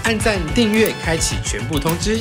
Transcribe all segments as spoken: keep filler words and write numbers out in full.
按赞、订阅、开启全部通知。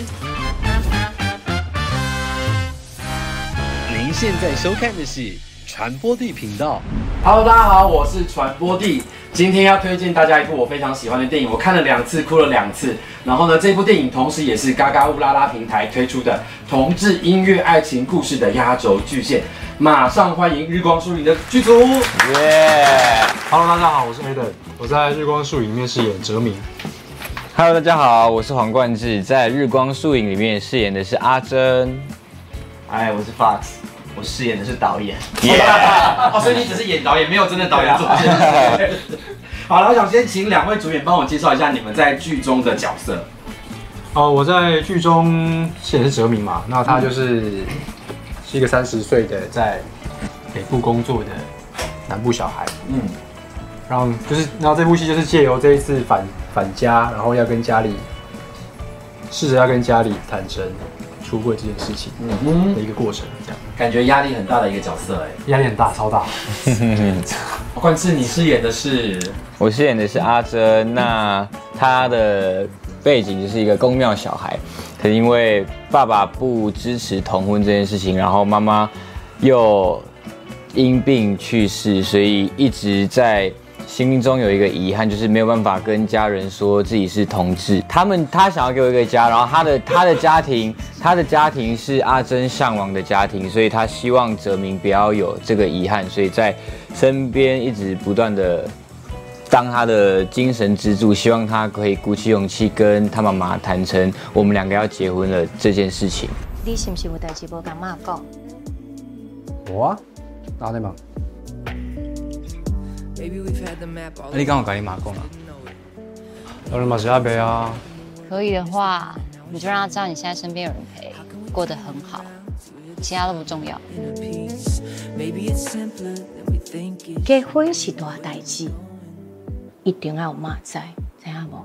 您现在收看的是传播地频道。Hello， 大家好，我是传播地。今天要推荐大家一部我非常喜欢的电影，我看了两次，哭了两次。然后呢，这部电影同时也是嘎嘎乌拉拉平台推出的同志音乐爱情故事的压轴巨献。马上欢迎日光树影的剧组。耶、 yeah ！Hello， 大家好，我是 Adam， 我在日光树影里面饰演哲明。 Hello， 大家好，我是黄冠志，在日光树影里面饰演的是阿珍。 嗨，我是 Fox， 我饰演的是导演。 Yeah 哦，所以你只是演导演，没有真的导演做这件事。好了，我想先请两位主演帮我介绍一下你们在剧中的角色。 哦，我在剧中饰演的是哲明嘛，那他就是、嗯、是一个三十岁的在北部工作的南部小孩。嗯，然后就是，然后这部戏就是借由这一次返返家，然后要跟家里试着要跟家里坦诚出柜这件事情的一个过程，这样感觉压力很大的一个角色哎， 压力很大，超大。 冠志，你饰演的是？ 我饰演的是阿珍，那她的背景就是一个公庙小孩，可是因为爸爸不支持同婚这件事情，然后妈妈又因病去世，所以一直在心中有一个遗憾，就是没有办法跟家人说自己是同志。他们他想要给我一个家，然后他的他的家庭，他的家庭是阿珍向往的家庭，所以他希望哲明不要有这个遗憾，所以在身边一直不断的当他的精神支柱，希望他可以鼓起勇气跟他妈妈坦诚我们两个要结婚了这件事情。 你是不是有代志无跟妈讲？ 我啊，哪在忙？ 啊、你刚有跟你妈讲啊？ 当然嘛是阿伯啊。 可以的话，你就让他知道你现在身边有人陪，过得很好，其他都不重要。结婚是大代志，一定要有妈在，知影无？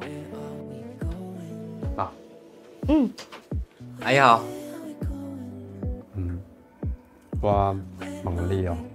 爸。 嗯。 阿姨好。 嗯，我忙你哦。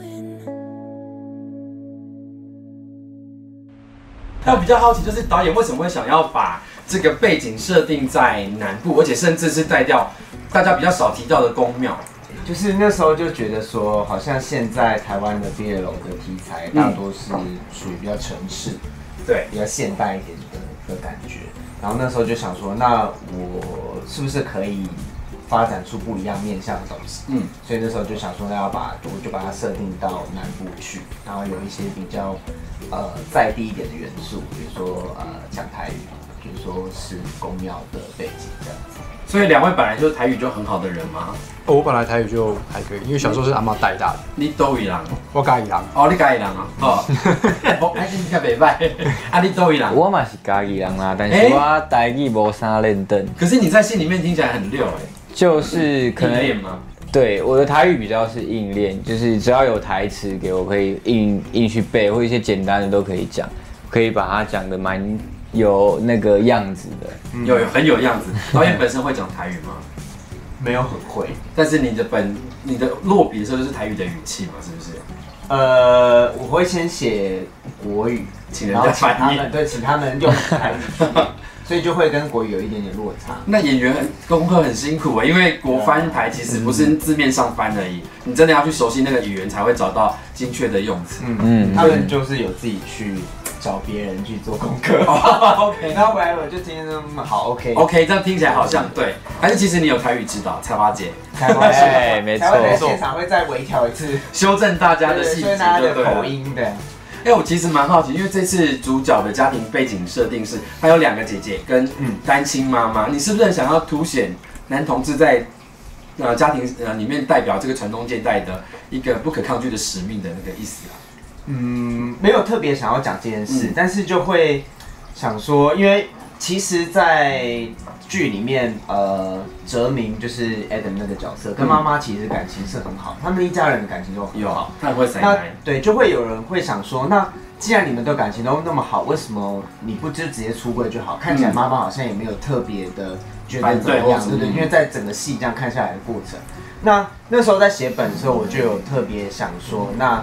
那我比较好奇，就是导演为什么会想要把这个背景设定在南部，而且甚至是带掉大家比较少提到的宫庙。 就是那时候就觉得说，好像现在台湾的 B L 的题材大多是属于比较城市， 对， 比较现代一点的的感觉。然后那时候就想说，那我是不是可以发展出不一样面向的东西？嗯，所以那时候就想说，那要把我就把它设定到南部去，然后有一些比较呃在地一点的元素，比如说呃讲台语，比如说是宫庙的背景这样子。 所以两位本来就是台语就很好的人吗？ 哦，我本来台语就还可以，因为小时候是阿嬷带大的。 你都宜人？ 我嘉义人。 哦，你嘉义人啊？哦，我哎，你较袂歹。啊，你都宜人？ 我嘛是嘉义人啦，但是我台语无啥认真。 可是你在戏里面听起来很溜哎。 就是可能硬练吗？ 对，我的台语比较是硬练，就是只要有台词给我，可以硬硬去背，或一些简单的都可以讲，可以把它讲得蛮有那个样子的， 嗯、有很有样子。导演本身会讲台语吗？ 没有很会， 但是你的本你的落笔的时候就是台语的语气嘛，是不是？ 呃，我会先写国语， 请人家翻译， 对，请他们用台语。所以就会跟国语有一点点落差。 那演员功课很辛苦哎，因为国翻台其实不是字面上翻而已，你真的要去熟悉那个语言才会找到精确的用词。 嗯嗯，他们就是有自己去找别人去做功课。OK， 然后回来我就今天说好 OK。 OK， 这样听起来好像对，还是其实你有台语指导，菜花姐。 菜花姐， 没错。 才会在现场会再微调一次， 修正大家的细节， 大家的口音的。 哎，我其实蛮好奇，因为这次主角的家庭背景设定是，他有两个姐姐跟单亲妈妈，你是不是很想要凸显男同志在呃家庭呃里面代表这个传宗接代的一个不可抗拒的使命的那个意思啊？ 嗯，没有特别想要讲这件事，嗯、但是就会想说，因为其实，在剧里面，呃，哲明就是 Adam 那个角色，跟妈妈其实感情是很好，他们一家人的感情都很好。 他很会塞奶。 对，就会有人会想说，那既然你们的感情都那么好，为什么你不就直接出柜就好？看起来妈妈好像也没有特别的觉得怎么样，对不对？因为在整个戏这样看下来的过程，那那时候在写本的时候，我就有特别想说，那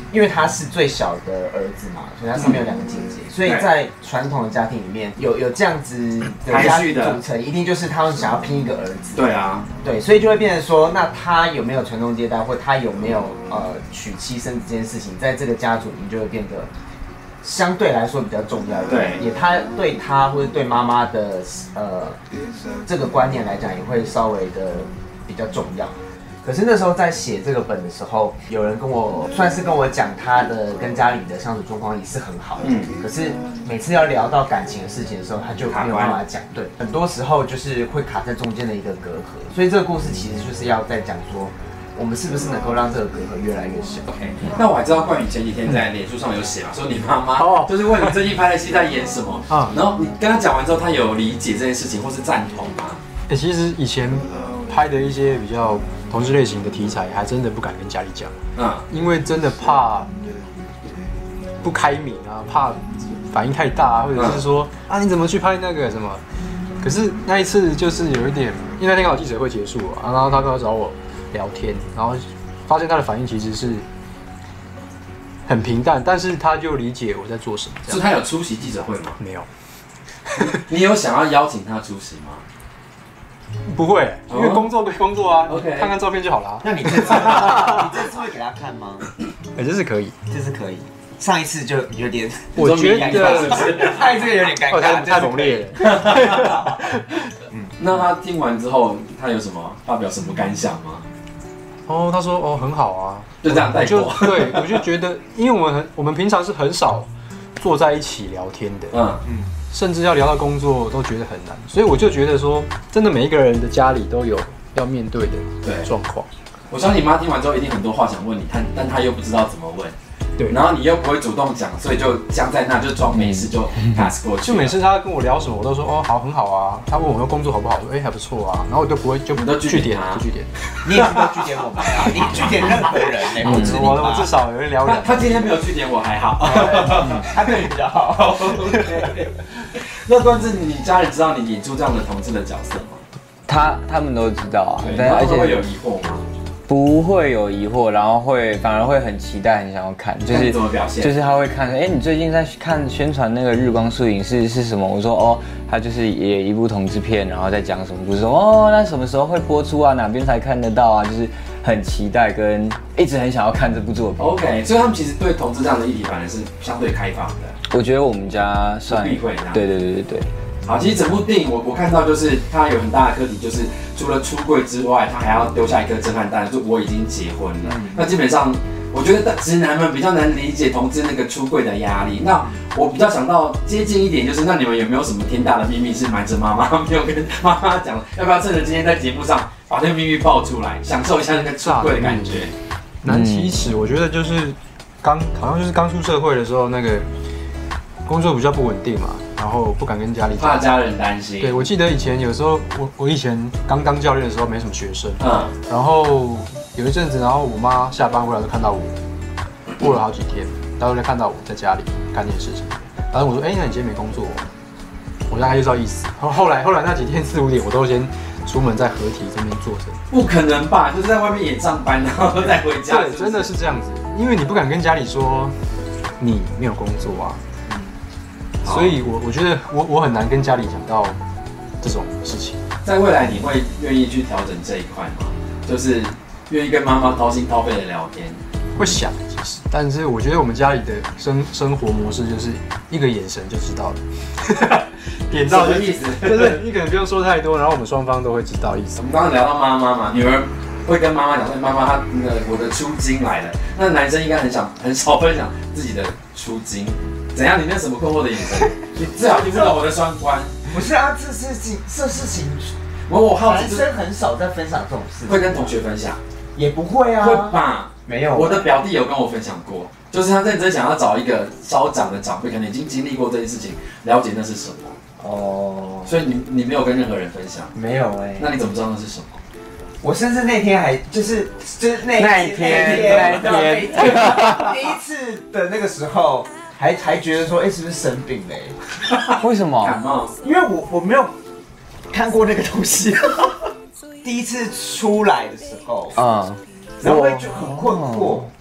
因为他是最小的儿子嘛，所以他上面有两个姐姐，所以在传统的家庭里面有有这样子的家庭组成，一定就是他们想要拼一个儿子。 对啊， 对，所以就会变成说，那他有没有传宗接代，或他有没有呃娶妻生子这件事情，在这个家族里面就会变得相对来说比较重要。 对， 也他对他或者对妈妈的呃这个观念来讲，也会稍微的比较重要。可是那时候在写这个本的时候，有人跟我算是跟我讲他的跟家里的相处状况也是很好的，嗯，可是每次要聊到感情的事情的时候，他就没有办法讲，对，很多时候就是会卡在中间的一个隔阂，所以这个故事其实就是要在讲说，我们是不是能够让这个隔阂越来越小 ？OK， 那我还知道冠宇前几天在脸书上有写嘛，说你妈妈就是问你最近拍的戏在演什么，啊，然后你跟他讲完之后，他有理解这件事情或是赞同吗？ 哎、欸，其实以前拍的一些比较同志类型的题材，还真的不敢跟家里讲，嗯，因为真的怕不开明啊，怕反应太大啊，或者是说、嗯、啊你怎么去拍那个什么？可是那一次就是有一点，因为那天刚好记者会结束啊，然后他刚好找我聊天，然后发现他的反应其实是很平淡，但是他就理解我在做什么。 是他有出席记者会吗？ 没有。 你有想要邀请他出席吗？ 不会，因为工作归工作啊， OK， 看看照片就好了。 那你这次你这次会给他看吗？ 哎、欸，这是可以， 这是可以。上一次就有点， 我觉得太这个有点尴尬， 太猛烈了。 嗯，那他听完之后，他有什么发表什么感想吗？ 哦，他说哦很好啊， 就这样带过。 对，我就觉得，因为我们很我们平常是很少坐在一起聊天的，嗯嗯。甚至要聊到工作都觉得很难，所以我就觉得说，真的每一个人的家里都有要面对的状况。 我相信你妈听完之后一定很多话想问你，但但她又不知道怎么问，对，然后你又不会主动讲，所以就僵在那，就装没事就 pass 过去。 就每次她跟我聊什么，我都说哦好很好啊。她问我说工作好不好，我说哎、欸、还不错啊，然后我就不会就都据点啊，就据点。 你也是都据点我们啊，你据点任何人呢、欸？不止你我我至少有人聊人。 他今天没有据点我还好， 他对你比较好。 那段是你家人知道你演出这样的同志的角色吗？ 他他们都知道啊， 对，而且会有疑惑吗？ 不会有疑惑，然后会反而会很期待，很想要看，就是怎么表现？ 就是他会看，哎、欸，你最近在看宣传那个日光树影是是什么？我说哦，他就是也一部同志片，然后在讲什么故事？说哦，那什么时候会播出啊？哪边才看得到啊？就是很期待跟一直很想要看这部作品。 OK， 所以他们其实对同志这样的议题反而是相对开放的。 我觉得我们家算避讳， 对对对对对。 好，其实整部电影我我看到就是它有很大的课题，就是除了出柜之外，他还要丢下一颗震撼弹，就我已经结婚了。嗯、那基本上，我觉得直男们比较难理解同志那个出柜的压力。那我比较想到接近一点，就是那你们有没有什么天大的秘密是瞒着妈妈没有跟妈妈讲？要不要趁着今天在节目上把那个秘密爆出来，享受一下那个出柜的感觉？ 难启齿，我觉得就是刚好像就是刚出社会的时候，那个工作比较不稳定嘛。然后不敢跟家里讲， 怕家人担心。 对，我记得以前有时候，我我以前刚当教练的时候没什么学生，嗯，然后有一阵子，然后我妈下班回来就看到我，过了好几天，她都在看到我在家里干这件事情。然后我说，哎、欸，那你今天没工作？我大概就知道意思。然后后来后来那几天四五点，我都先出门在合体这边坐着。 不可能吧？就是在外面也上班，然后再回家。 对，真的是这样子，因为你不敢跟家里说你没有工作啊。所以我，我我觉得我我很难跟家里讲到这种事情。 在未来，你会愿意去调整这一块吗？就是愿意跟妈妈掏心掏肺的聊天。 会想，其实，但是我觉得我们家里的生生活模式就是一个眼神就知道了，点到的意思， 就是你可能不用说太多，然后我们双方都会知道意思。 我们刚刚聊到妈妈嘛，女儿会跟妈妈讲说：“妈妈，她那个我的出经来了。”那男生应该很想很少分享自己的出经。怎样？你那什么困惑的眼神？你最好听不懂我的双关。 不是啊，这事情，这事情， 我我好奇， 男生很少在分享这种事。 会跟同学分享？ 也不会啊。 会吧？ 没有。 我的表弟有跟我分享过，就是他认真想要找一个稍长的长辈，可能已经经历过这件事情，了解那是什么。哦。所以你你没有跟任何人分享？ 没有哎、欸。 那你怎么知道那是什么？ 我甚至那天还就是就是那那一天那一天第一次的那个时候。还还觉得说，哎、欸，是不是生病嘞？ 为什么？ 感冒？ 因为我我没有看过那个东西，第一次出来的时候，嗯，然后会就很困惑，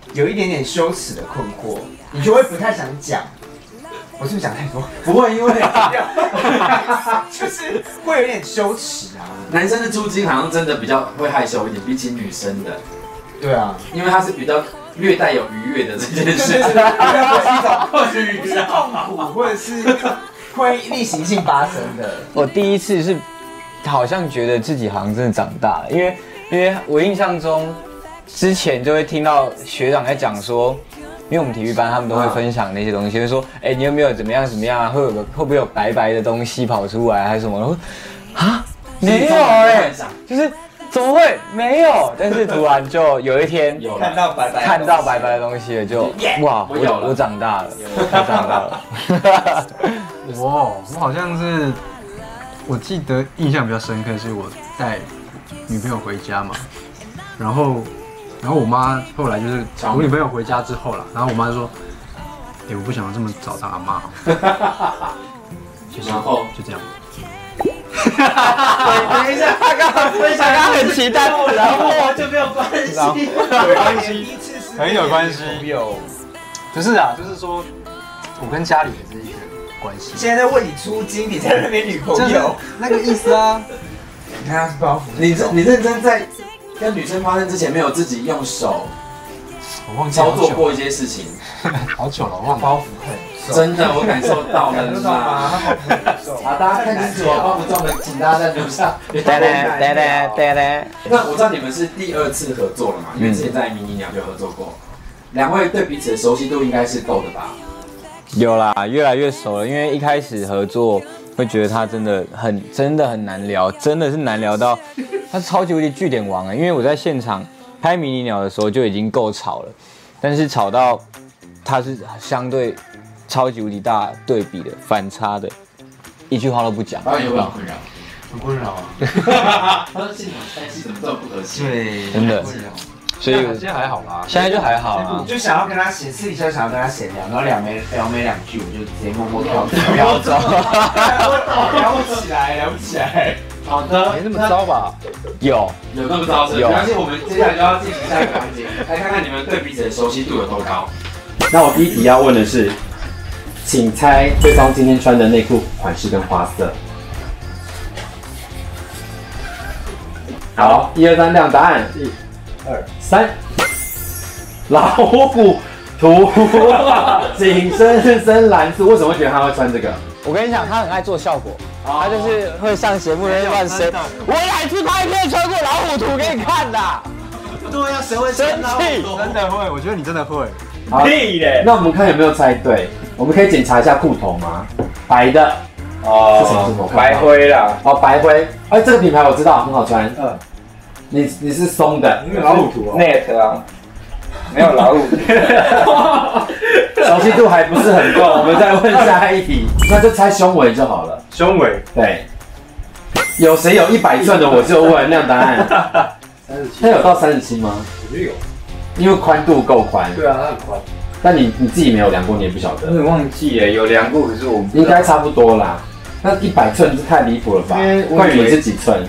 有一点点羞耻的困惑，你就会不太想讲。我是不是讲太多？ 不会，因为就是会有点羞耻啊。 男生的猪精好像真的比较会害羞一点，比起女生的。 对啊， 因为它是比较略带有愉悦的这件事， 对对对，不是一种不是痛苦，或者是会例行性发生的。 我第一次是好像觉得自己好像真的长大了，因为因为我印象中之前就会听到学长在讲说。因为我们体育班，他们都会分享那些东西，就说，哎、欸，你有没有怎么样怎么样啊？会有个会不会有白白的东西跑出来，还是什么？然后啊，没有哎、欸，就是怎么会没有？但是突然就有一天有看到白白看到白白的东西了，就哇，我我长大了，我长大了。 哇，我好像是，我记得印象比较深刻，是我带女朋友回家嘛，然后。然后我妈后来就是我女朋友回家之后啦，然后我妈就说：“哎、欸，我不想要这么早当阿妈。” 然后就这样。 等一下，他刚刚分享， 刚刚很期待， 然后就没有关系， 有关系，很有关系。有，不是啊，就是说我跟家里的这一个关系。 现在在为你出金，你在那边女朋友， 那个意思啊。 你看他是包袱， 你你认真在。跟女生发生之前，没有自己用手操作过一些事情， 好久了，忘了。 包袱很重， 真的，我感受到了， 感受到吗？他包袱很重。 好，大家看清楚哦，包袱重的，请大家在留下。 对嘞，对嘞，对嘞。 那我知道你们是第二次合作了嘛？因为之前在迷你鸟就合作过，两位对彼此的熟悉度应该是够的吧？ 有啦，越来越熟了。因为一开始合作，会觉得他真的很、真的很难聊，真的是难聊到。他是超级无敌句点王啊！因为我在现场拍迷你鸟的时候就已经够吵了，但是吵到他是相对超级无敌大对比的反差的，一句话都不讲。 导演有没有困扰？ 很困扰啊！ 他说现场拍戏怎么这么不和谐？ 对， 真的。所以现在还好啦， 现在就还好啦。 我就想要跟他闲，私底下想要跟他闲聊，然后两没聊没两句，我就直接默默跳走，飘走，聊不起来，聊不起来。 好的， 没那么糟吧？ 有有那么糟是？ 有。 而且我们接下来就要进行下一个环节，来看看你们对彼此的熟悉度有多高。那我第一题要问的是，请猜对方今天穿的内裤款式跟花色。好，一二三，亮答案。一、二、三。老虎图紧身深蓝色，为什么会觉得他会穿这个？ 我跟你讲，他很爱做效果，他就是会上节目那边乱生。我哪次拍片穿过老虎图给你看的？ 对呀，谁会生气？ 真的会，我觉得你真的会。 屁嘞！那我们看有没有猜对？我们可以检查一下裤头吗？白的。哦。是什么裤头？ 白灰啦。 哦，白灰。哎，这个品牌我知道，很好穿。嗯。你你是松的。 没有老虎图哦。 Net 啊。没有老虎。 熟悉度还不是很够，我们再问下一题，那就猜胸围就好了。 胸围， 对。有谁有一百寸的我就问，亮答案。 三十七。 它有到三十七吗？ 我觉得有。 因为宽度够宽。 对啊，它很宽。 但你你自己没有量过，你也不晓得。 我很忘记耶，有量过，可是我应该差不多啦。那一百寸是太离谱了吧？冠宇你是几寸？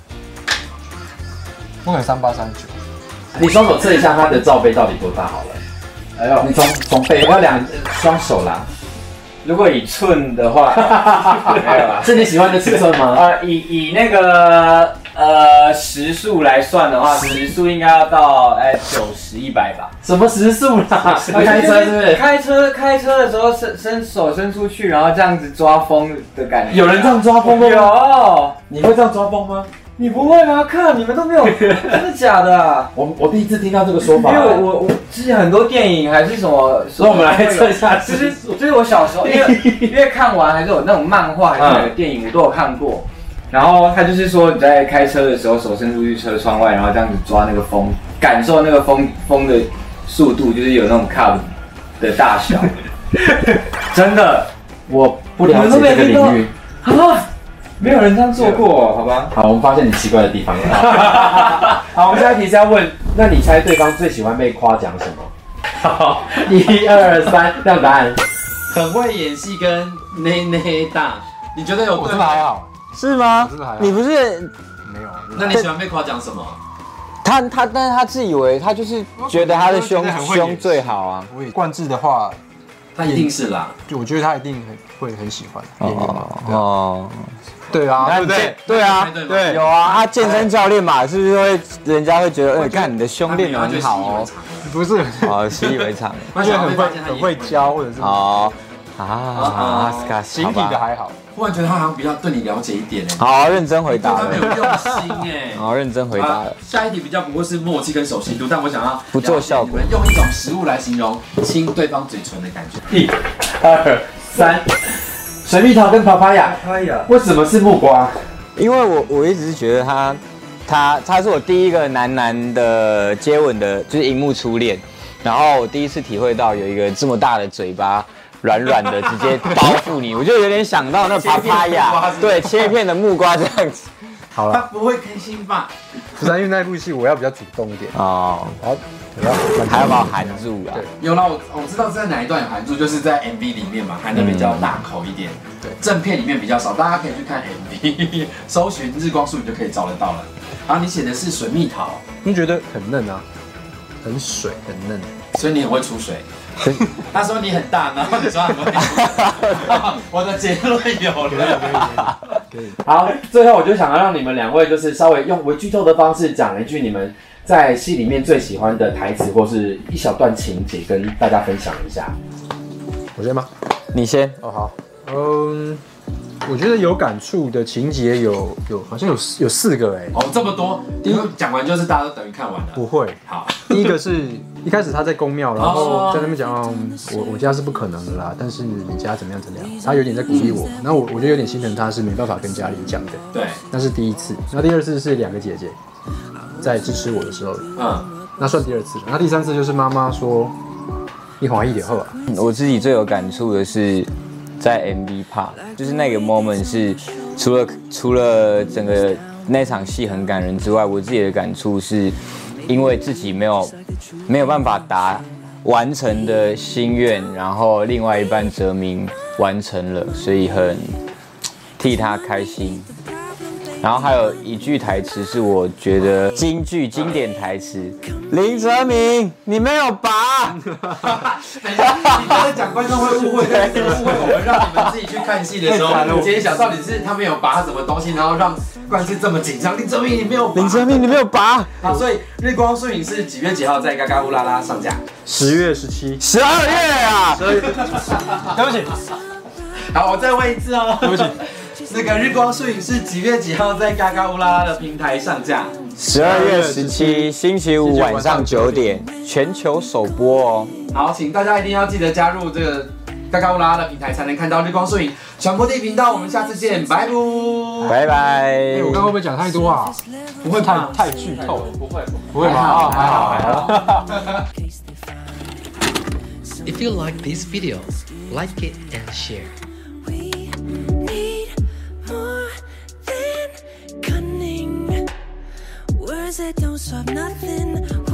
我可能三八三九。 你双手测一下它的罩杯到底多大好了。哎呦，你从从背，我要两双手啦。 如果以寸的话，没有啦， 是你喜欢的尺寸吗？ 呃，以以那个呃时速来算的话，时速应该要到哎九十一百吧。 什么时速啦？开车是不是？ 开车开车的时候伸伸手伸出去，然后这样子抓风的感觉。 有人这样抓风吗？ 有， 你会这样抓风吗？ 你不会吗？看你们都没有，真的假的、啊？ 我我第一次听到这个说法、 因为我我之前很多电影还是什么， 那我们来测一下， 就是就是我小时候，因为因为看完还是有那种漫画还是哪个电影我都有看过，然后他就是说你在开车的时候手伸出去车窗外，然后这样子抓那个风，感受那个风风的速度，就是有那种 cup 的大小，真的， 我不了解这个领域啊。没有人这样做过，好吧？ 好，我们发现你奇怪的地方了。好，我们下一题是要问，那你猜对方最喜欢被夸奖什么？好，一二三，亮答案。很会演戏跟内内大，你觉得有？ 我真的还好， 是吗？ 真的还好。 你不是没有？ 那你喜欢被夸奖什么？ 他他，但是他自以为他就是觉得他的胸胸最好啊。 冠志的话， 他一定是啦， 就我觉得他一定很会很喜欢演员嘛。 哦， 对啊，对不对？ 对啊， 对， 有啊。他健身教练嘛，是不是会人家会觉得，哎，看你的胸练得很好哦？ 不是， 哦，习以为常， 他觉得很会很会教，或者是哦啊， 形体的还好。 忽然觉得他好像比较对你了解一点哎。 好，认真回答他了。 没有用心哎。 好，认真回答了。 下一题比较不过是默契跟熟悉度，但我想要不做效果， 你们用一种食物来形容亲对方嘴唇的感觉。一、二、三。水蜜桃跟爬爬呀，为什么是木瓜？ 因为我我一直觉得他他他是我第一个男男的接吻的，就是荧幕初恋。然后我第一次体会到有一个这么大的嘴巴，软软的直接包覆你，我就有点想到那爬爬呀，对，切片的木瓜这样子。 好了， 他不会开心吧？ 不是、啊，因为那部戏我要比较主动一点哦，然后还要把我含住啊。 对，有啦，我我知道在哪一段有含住，就是在 M V 里面嘛，含的比较大口一点。对，正片里面比较少，大家可以去看 M V， 搜寻日光树你就可以找得到了。然后你写的是水蜜桃， 你觉得很嫩啊，很水，很嫩， 所以你很会出水。他说你很大，然后你说很会出水。我的结论有了。可以。好，最后我就想要让你们两位就是稍微用微剧透的方式讲一句你们在戏里面最喜欢的台词或是一小段情节，跟大家分享一下。 我先吗？ 你先。 哦，好。嗯，我觉得有感触的情节有有好像有有四个哎、欸。 哦，这么多，第一个讲完就是大家都等于看完了。 不会。 好， 第一个是一开始他在宫庙，然后在那边讲、哦，我我家是不可能的啦，但是你家怎么样怎么样，他有点在鼓励我，然后我我就有点心疼他是没办法跟家里讲的。 对， 那是第一次。那第二次是两个姐姐在支持我的时候，嗯，那算第二次。那第三次就是妈妈说你怀疑点后啊。 我自己最有感触的是。在 M V part， 就是那个 moment 是除了除了整个那场戏很感人之外，我自己的感触是，因为自己没有没有办法达完成的心愿，然后另外一半哲明完成了，所以很替他开心。然后还有一句台词是我觉得京剧经典台词：林哲明，你没有拔。 等一下，你刚才讲观众会误会，但是误会我们让你们自己去看戏的时候揭晓到底是他没有拔什么东西，然后让冠志这么紧张。林哲明，你没有拔。 林哲明，你没有拔。 好，所以《日光树影》是几月几号在嘎嘎乌拉拉上架？ 十月十七。 十二月啊！ 十二月。对不起。 好，我再问一次哦。 对不起。 那个《日光树影》是几月几号在嘎嘎乌拉拉的平台上架？ 十二月十七，星期五晚上九点，全球首播哦。 好，请大家一定要记得加入这个嘎嘎乌拉拉的平台，才能看到《日光树影》传播地频道。我们下次见，拜拜， 拜拜。 哎，我刚刚会不会讲太多啊？ 不会， 太太剧透， 不会， 不会吗？还好，还好。 If you like this video, like it and share. Words that don't solve nothing.